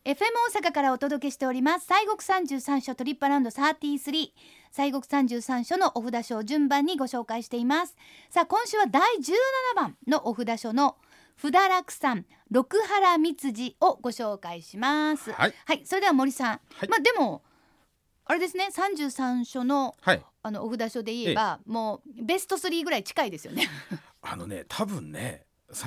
FM 大阪からお届けしております西国33所トリップアラウンド33、西国33所のお札書を順番にご紹介しています。さあ今週は第17番のお札書の不堕落さん六原蜜次をご紹介します。 はい、 はい、それでは森さん、 はい、 でもあれですね、33所の、 はい、 お札書で言えば、もうベスト3ぐらい近いですよね多分ね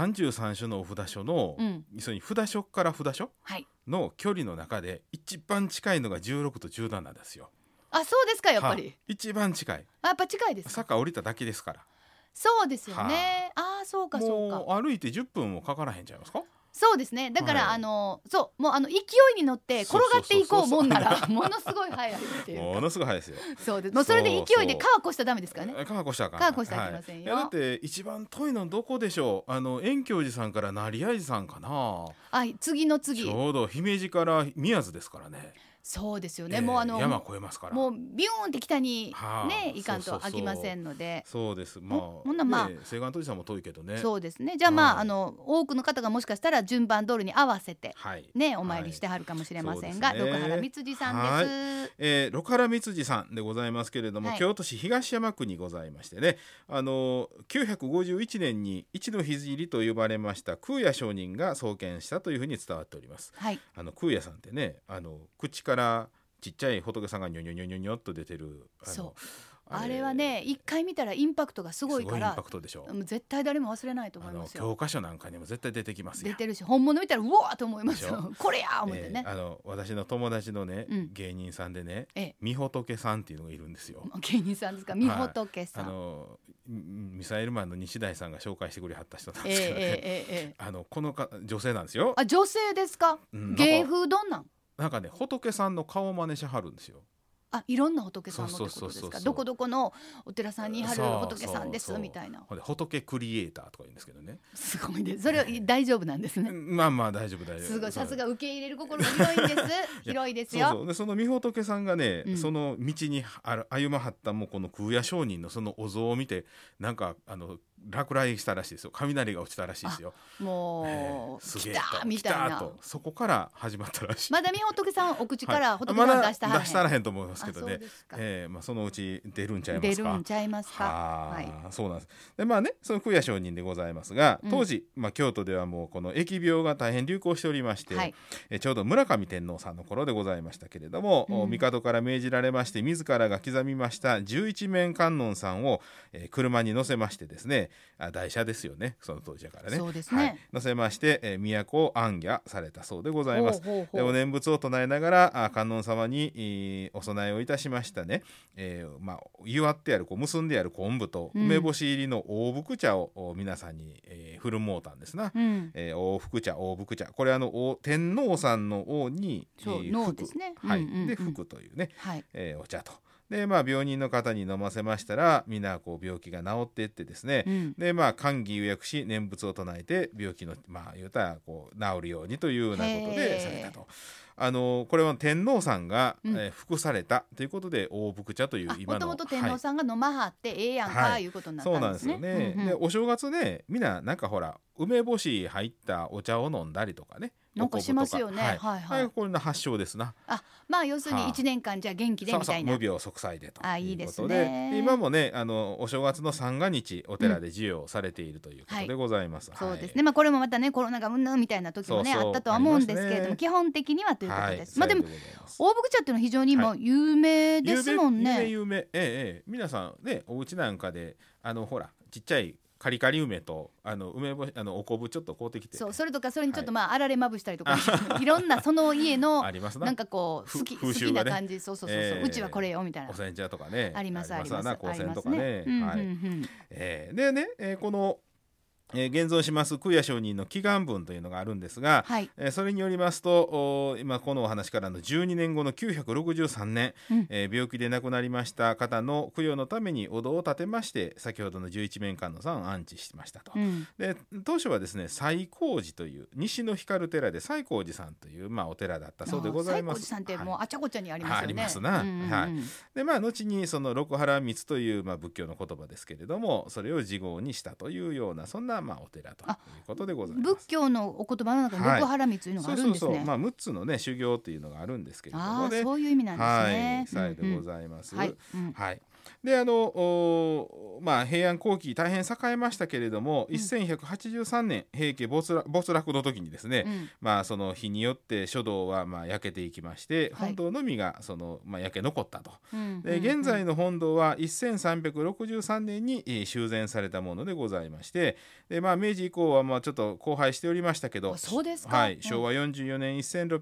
33所のお札所の、その札所から札所の距離の中で一番近いのが16と17ですよ。 あ、そうですか。やっぱり一番近い。 やっぱ近いですか。 坂降りただけですから。 そうですよね。そうかそうか。 もう歩いて10分もかからへんちゃいますか。 そうですね。だから、そうもう勢いに乗って転がっていこうもんならものすごい速いっていうかものすごい速いですよ。 そうです。もうそれで勢いで川越したらダメですからね。 川越したらあかん。 川越したらいけませんよ。 だって一番遠いのどこでしょう。遠京寺さんから成合寺さんかな。 次の次。 ちょうど姫路から宮津ですからね。 そうですよね。もう山越えますから。 もうビューンって北にね行かんと飽きませんので。 そうです。 ほんなまあ西岸鳥さんも遠いけどね。 そうですね。じゃあ多くの方がもしかしたら順番通りに合わせてね、お参りしてはるかもしれませんが、六原蜜次さんです。 六原蜜次さんでございますけれども、京都市東山区にございましてね、951年に一の聖と呼ばれました空也上人が創建したというふうに伝わっております。空也さんってね、口からちっちゃい仏さんがニョニョニョニョニョっと出てる。 あれはね、一回見たらインパクトがすごいから、 インパクトでしょ。 絶対誰も忘れないと思いますよ。 教科書なんかにも絶対出てきますよ。 出てるし、本物見たらうわーと思いますよ。これや思ってね。 私の友達のね、芸人さんでね、みほとけさんっていうのがいるんですよ。 芸人さんですか。みほとけさん。 ミサイルマンの西大さんが紹介してくれはった人なんですけどね。この女性なんですよ。 女性ですか。芸風どんなん。 なんかね、仏さんの顔真似しはるんですよ。 いろんな仏さんのってことですか。どこどこのお寺さんにある仏さんですみたいな。 仏クリエイターとか言うんですけどね。 すごいです。それは大丈夫なんですね。 まあ大丈夫。 すごい、さすが受け入れる心が広いんです。広いですよ。 でそのみほとけさんがね、その道に歩まはったもうこの空也上人のそのお像を見て、なんか落雷したらしいですよ。雷が落ちたらしいですよ。 もう来たみたいな。 そこから始まったらしい。 まだみほとけさんお口から仏さん出したは出したらへんと思いますけどね。そのうち出るんちゃいますか。 出るんちゃいますか。 そうなんです。でその空也上人でございますが、当時京都ではもうこの疫病が大変流行しておりまして、ちょうど村上天皇さんの頃でございましたけれども、帝から命じられまして自らが刻みました十一面観音さんを車に乗せましてですね、台車ですよね、その当時だからね。 そうですね。 乗せまして都を行脚されたそうでございます。でお念仏を唱えながら観音様にお供えをいたしましたね。祝ってある結んである昆布と梅干し入りの大福茶を皆さんに振る舞うたんですな。大福茶、これ天皇さんの王に福ですね。で福というね、お茶と。で病人の方に飲ませましたら、みんな病気が治っていってですね、で寛儀予約し念仏を唱えて病気の言うたら治るようにというようなことでされたと。これは天皇さんが服されたということで大福茶という今の、 もともと天皇さんが飲まはってええやんかいうことになったんですね。 そうなんですよね。でお正月ね、みんななんかほら梅干し入ったお茶を飲んだりとかね、 なんかしますよね。 これの発祥ですな。 要するに1年間じゃ元気でみたいな。 無病息災でといいでいうことで、今もねお正月の三が日お寺で授与されているということでございます。 そうですね。これもまたねコロナがうんぬんみたいな時もねあったとは思うんですけれども、基本的にはということです。でも大福茶っていうのは非常に今有名ですもんね。 有名。皆さんねお家なんかでほらちっちゃいカリカリ梅と梅干しお昆布ちょっと買うてきて、 それとかそれにちょっとあられまぶしたりとか、いろんなその家のなんか好きな感じ、そううちはこれよみたいなお煎茶とかねあります香煎とかね。でねこの現存します空也上人の祈願文というのがあるんですが、それによりますと今このお話からの12年後の963年、病気で亡くなりました方の供養のためにお堂を建てまして、先ほどの十一面観音さんを安置しましたと。で当初はですね西光寺という西の光寺で西光寺さんというお寺だったそうでございます。 西光寺さんってもうあちゃこちゃにありますよね。 ありますな。で後にその六波羅蜜という仏教の言葉ですけれども、それを次号にしたというようなそんなた、お寺ということでございます。 仏教のお言葉の中に六波羅蜜というのがあるんですね。 6つのね修行というのがあるんですけれどもね。 そういう意味なんですね。 さよでございます。 はい。 で平安後期大変栄えましたけれども、1183年平家没落の時にですね、その火によって書道は焼けていきまして、本堂のみが焼け残ったと。で現在の本堂は1363年に修繕されたものでございまして、で明治以降はちょっと荒廃しておりましたけど、 そうですか。 昭和44年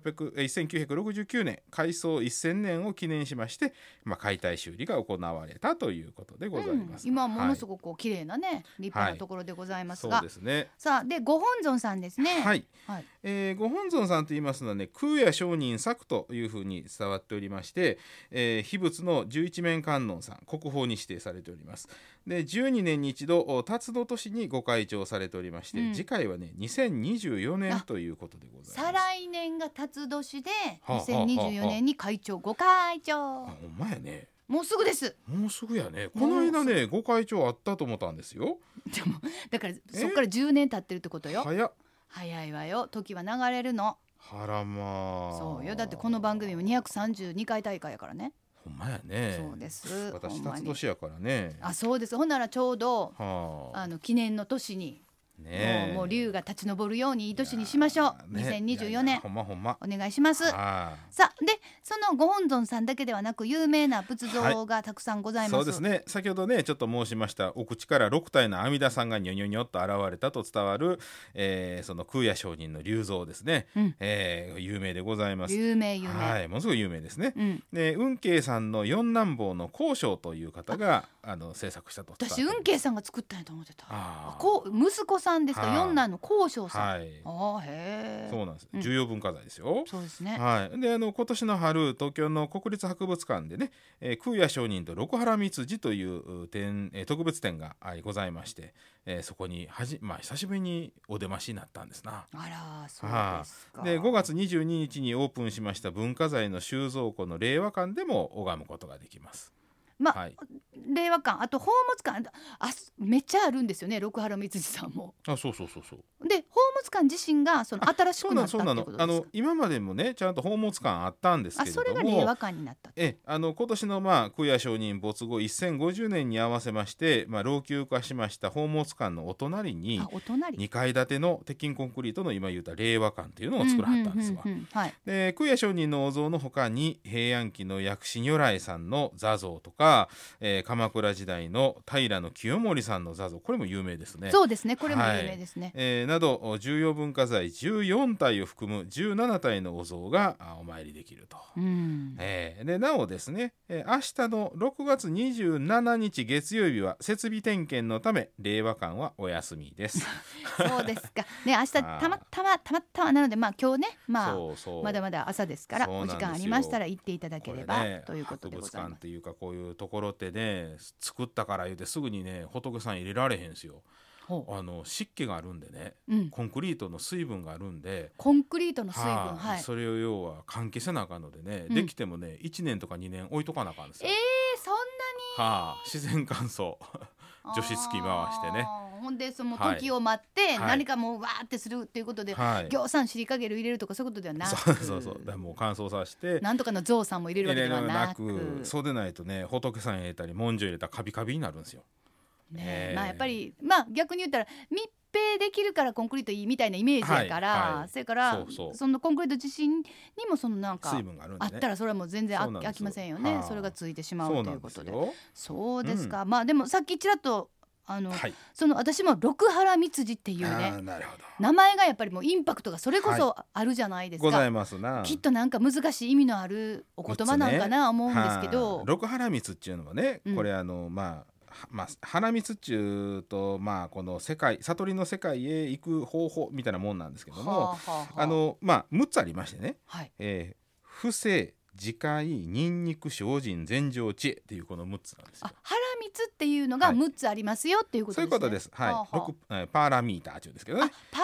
1969年改装1000年を記念しまして、解体修理が行われたということでございます。 今はものすごく綺麗なね、立派なところでございますが、 そうですね。 さあでご本尊さんですね。 ご本尊さんといいますのはね、空也上人作というふうに伝わっておりまして、秘仏の十一面観音さん、国宝に指定されております。で12年に一度辰の年にご開帳されておりまして、次回はね2024年ということでございます。 再来年が辰年で2024年に開帳ご開帳。 ほんまやね。 もうすぐです。 もうすぐやね。この間ねご開帳あったと思ったんですよ。 でもだからそっから10年経ってるってことよ。 早いわよ。時は流れるの。 はらまあ。 そうよ。だってこの番組も232回大会やからね。 ほんまやね。 そうです。 私辰年やからね。 そうです。ほんならちょうど記念の年にもう龍が立ち上るようにいい年にしましょう。2024年ほんまお願いします。さあでそのご本尊さんだけではなく有名な仏像がたくさんございます。 そうですね。先ほどねちょっと申しましたお口から6体の阿弥陀さんがニョニョニョっと現れたと伝わる、その空也上人の龍像ですね、有名でございます。 有名、 ものすごい有名ですね。で運慶さんの四男坊の光照という方が制作したと。 私運慶さんが作ったんやと思ってた。息子さんですか。四男の光照さん。 そうなんです。重要文化財ですよ。 そうですね。 で今年の春東京の国立博物館でね、空也上人と六波羅蜜寺という特別展がございまして、そこに久しぶりにお出ましになったんですな。 あら、そうですか。 で5月22日にオープンしました文化財の収蔵庫の令和館でも拝むことができます。 令和館、あと宝物館、めっちゃあるんですよね。六波羅蜜寺さんも。 そうで宝物館自身が新しくなったってことですか。 今までもねちゃんと宝物館あったんですけれども、 それが令和館になった。 今年の空也上人没後1050年に合わせまして、老朽化しました宝物館のお隣に2階建ての鉄筋コンクリートの今言った令和館というのを作らはったんですわ。で空也上人のお像の他に平安期の薬師如来さんの座像とか、鎌倉時代の平清盛さんの座像、これも有名ですね。 そうですね、これも有名ですね。 など重要文化財14体を含む17体のお像がお参りできると。でなおですね、明日の6月27日月曜日は設備点検のため令和館はお休みです。 そうですかね。明日たまたまなので、今日ね、まだまだ朝ですからお時間ありましたら行っていただければということでございます。 博物館っていうかこういうところってね、作ったから言うてすぐにね仏さん入れられへんすよ。湿気があるんでね、コンクリートの水分があるんで、 コンクリートの水分、 それを要は換気せなあかんのでね、できてもね1年とか2年置いとかなあかんですよ。 そんなに、 自然乾燥除湿機回してね。 ほんでその時を待って、何かもうわーってするっていうことで、ぎょうさん尻かげる入れるとかそういうことではなく、 だからもう乾燥させてなんとかの象さんも入れるわけではなく、 そうでないとね仏さん入れたり文書入れたらカビカビになるんですよ。 やっぱり逆に言ったら密閉できるからコンクリートいいみたいなイメージやから、それからそのコンクリート自身にもそのなんか水分があるんでね、 あったらそれはもう全然飽きませんよね。それがついてしまうということで。そうですか。でもさっきちらっとその私も六波羅蜜寺っていうね、名前がやっぱりもうインパクトがそれこそあるじゃないですか。 ございますな。 きっとなんか難しい意味のあるお言葉なんかな思うんですけど、 六波羅蜜っていうのはね、これ花蜜っちゅうとこの世界悟りの世界へ行く方法みたいなもんなんですけども、6つありましてね、不正自戒ニンニク精進禅定知恵っていうこの6つなんですよ。 ハラミツっていうのが6つありますよっていうことですね。 そういうことです。パーラミーターっていうんですけどね。 パーラ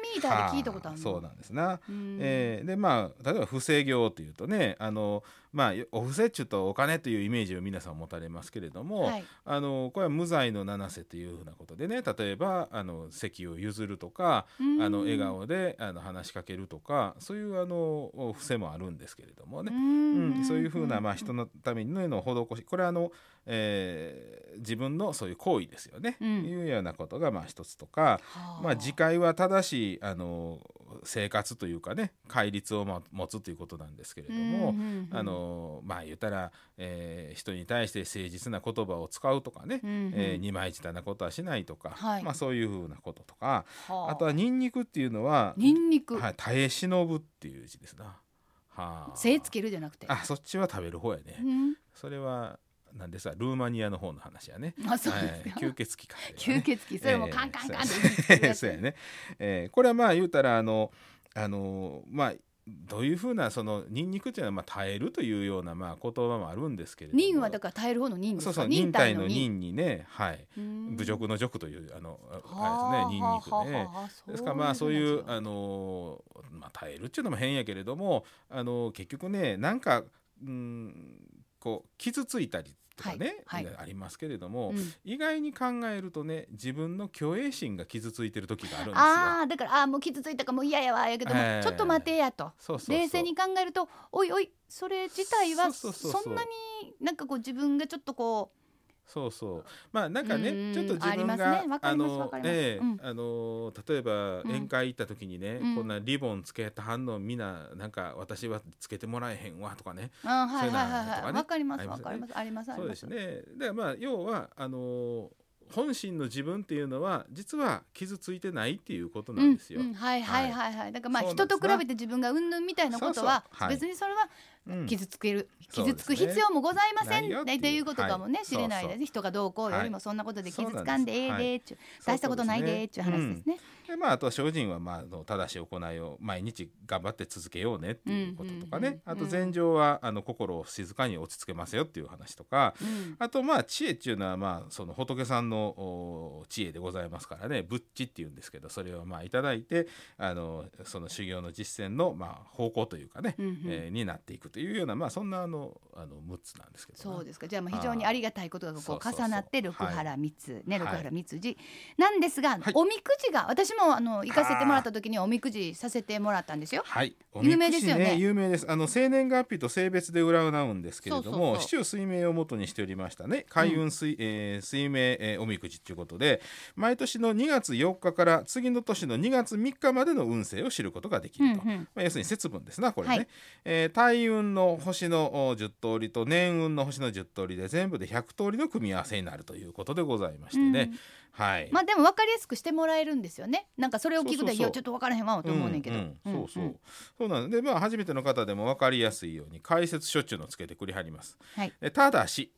ミーターで聞いたことあるの。 そうなんですな。で例えば布施業というとねお布施っちゅうとお金というイメージを皆さん持たれますけれども、 はい、 これは無罪の七瀬というふうなことでね、例えば席を譲るとか笑顔で話しかけるとか、そういう布施もあるんですけれどもね、そういうふうな人のための施し、これは自分のそういう行為ですよね、いうようなことが一つとか、自戒は正しい生活というかね、戒律を持つということなんですけれども、言ったら、人に対して誠実な言葉を使うとかね、二枚舌なことはしないとか、そういうふうなこととか、あとはニンニクっていうのは耐え忍ぶっていう字ですな。 精つけるじゃなくて、 そっちは食べる方やね、それはなんでさ、ルーマニアの方の話やね。 そうですか。 吸血鬼か、 吸血鬼、それもカンカンカンってそうやね。これは言うたらどういうふうなニンニクっていうのは耐えるというような言葉もあるんですけれども、 忍はだから耐える方の忍ですか。 そう忍耐の忍にね、侮辱の辱というあれですね、ニンニクね。ですからそういう耐えるっていうのも変やけれども、結局ね、なんか傷ついたりとかね、ありますけれども、意外に考えるとね、自分の虚栄心が傷ついてる時があるんですよ。 だからもう傷ついたかもう嫌やわやけども、ちょっと待てやと、冷静に考えると、おいおい、それ自体はそんなになんか自分がちょっとなんかね、ちょっと自分が例えば宴会行った時にね、こんなリボンつけた反応みんななんか私はつけてもらえへんわとかね、 わかりますわかります、あります。 そうですね。で要は本心の自分っていうのは実は傷ついてないっていうことなんですよ。 だから人と比べて自分がうんぬんみたいなことは別にそれは傷つく必要もございませんっていうことかもね、知れないです。人がどうこうよりもそんなことで傷つかんでええでっちゅう、大したことないでっちゅう話ですね。 であとは精進は正しい行いを毎日頑張って続けようねっていうこととかね、あと禅定は心を静かに落ち着けますよっていう話とか、あと知恵っていうのはその仏さんの知恵でございますからね、仏知っていうんですけど、それをいただいてその修行の実践の方向というかね、になっていくというようなそんな6つなんですけど。 そうですか。じゃあ非常にありがたいことが重なって六原密ね、六原密寺なんですが、おみくじが私も行かせてもらった時におみくじさせてもらったんですよ。有名ですよね。 有名です。生年月日と性別で占うんですけれども、四柱推命を元にしておりましたね、開運推命おみくじということで、毎年の2月4日から次の年の2月3日までの運勢を知ることができると、要するに節分ですな、これね。大運の星の10通りと年運の星の10通りで全部で100通りの組み合わせになるということでございましてね。 でも分かりやすくしてもらえるんですよね。なんかそれを聞くといやちょっと分からへんわと思うねんけど、そうなんで、初めての方でも分かりやすいように解説書っちゅうのをつけてくれはります。ただし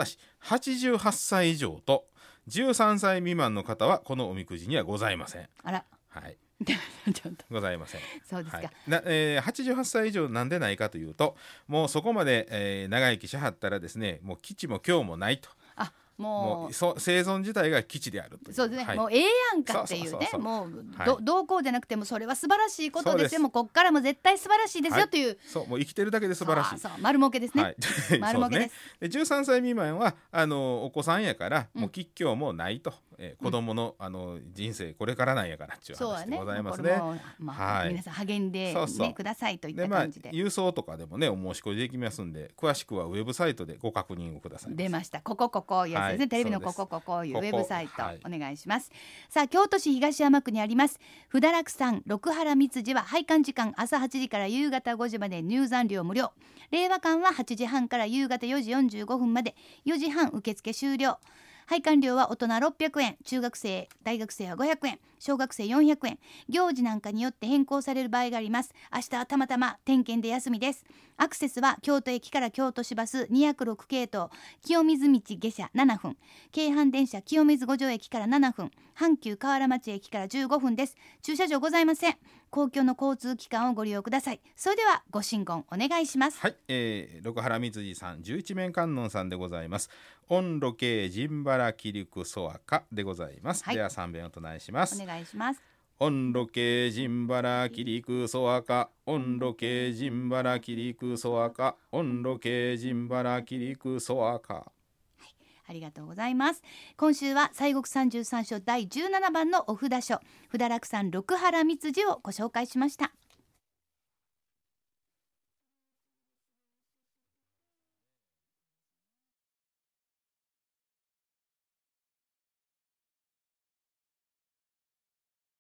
88歳以上と13歳未満の方はこのおみくじにはございません。ちょっとございません。 そうですか。 88歳以上なんでないかというと、もうそこまで、長生きしはったらですね、もう基地も今日もないと。もう生存自体が基地であるという。 そうですね、もうええやんかっていうね、もうどうこうじゃなくてもそれは素晴らしいことですよ、もうこっからも絶対素晴らしいですよという、 もう生きてるだけで素晴らしい、 丸儲けですね、丸儲けです。 で13歳未満はお子さんやからもう吉凶もないと、子供の人生これからなんやからっていう話でございますね。 皆さん励んでくださいといった感じで、 郵送とかでもねお申し込みできますんで、詳しくはウェブサイトでご確認をください。 出ました、こういうやつですね、テレビのこういうウェブサイトお願いします。さあ、京都市東山区にあります不堕落山六原密寺は拝観時間朝8時から夕方5時まで、入山料無料。令和館は8時半から夕方4時45分まで、4時半受付終了。拝観料は大人600円、中学生大学生は500円、小学生400円。行事なんかによって変更される場合があります。明日はたまたま点検で休みです。アクセスは京都駅から京都市バス206系統清水道下車7分、京阪電車清水五条駅から7分、阪急河原町駅から15分です。駐車場ございません。公共の交通機関をご利用ください。それではご神言お願いします。 六原水寺さん11面観音さんでございます。音路系陣原気力そわかでございます。では3遍お唱えします。 お願いします。 温路慶陣原切りくそ赤温路慶陣原切りくそ赤温路慶陣原切りくそ赤。 ありがとうございます。今週は西国三十三所第17番のお札書、札楽山六原蜜寺をご紹介しました。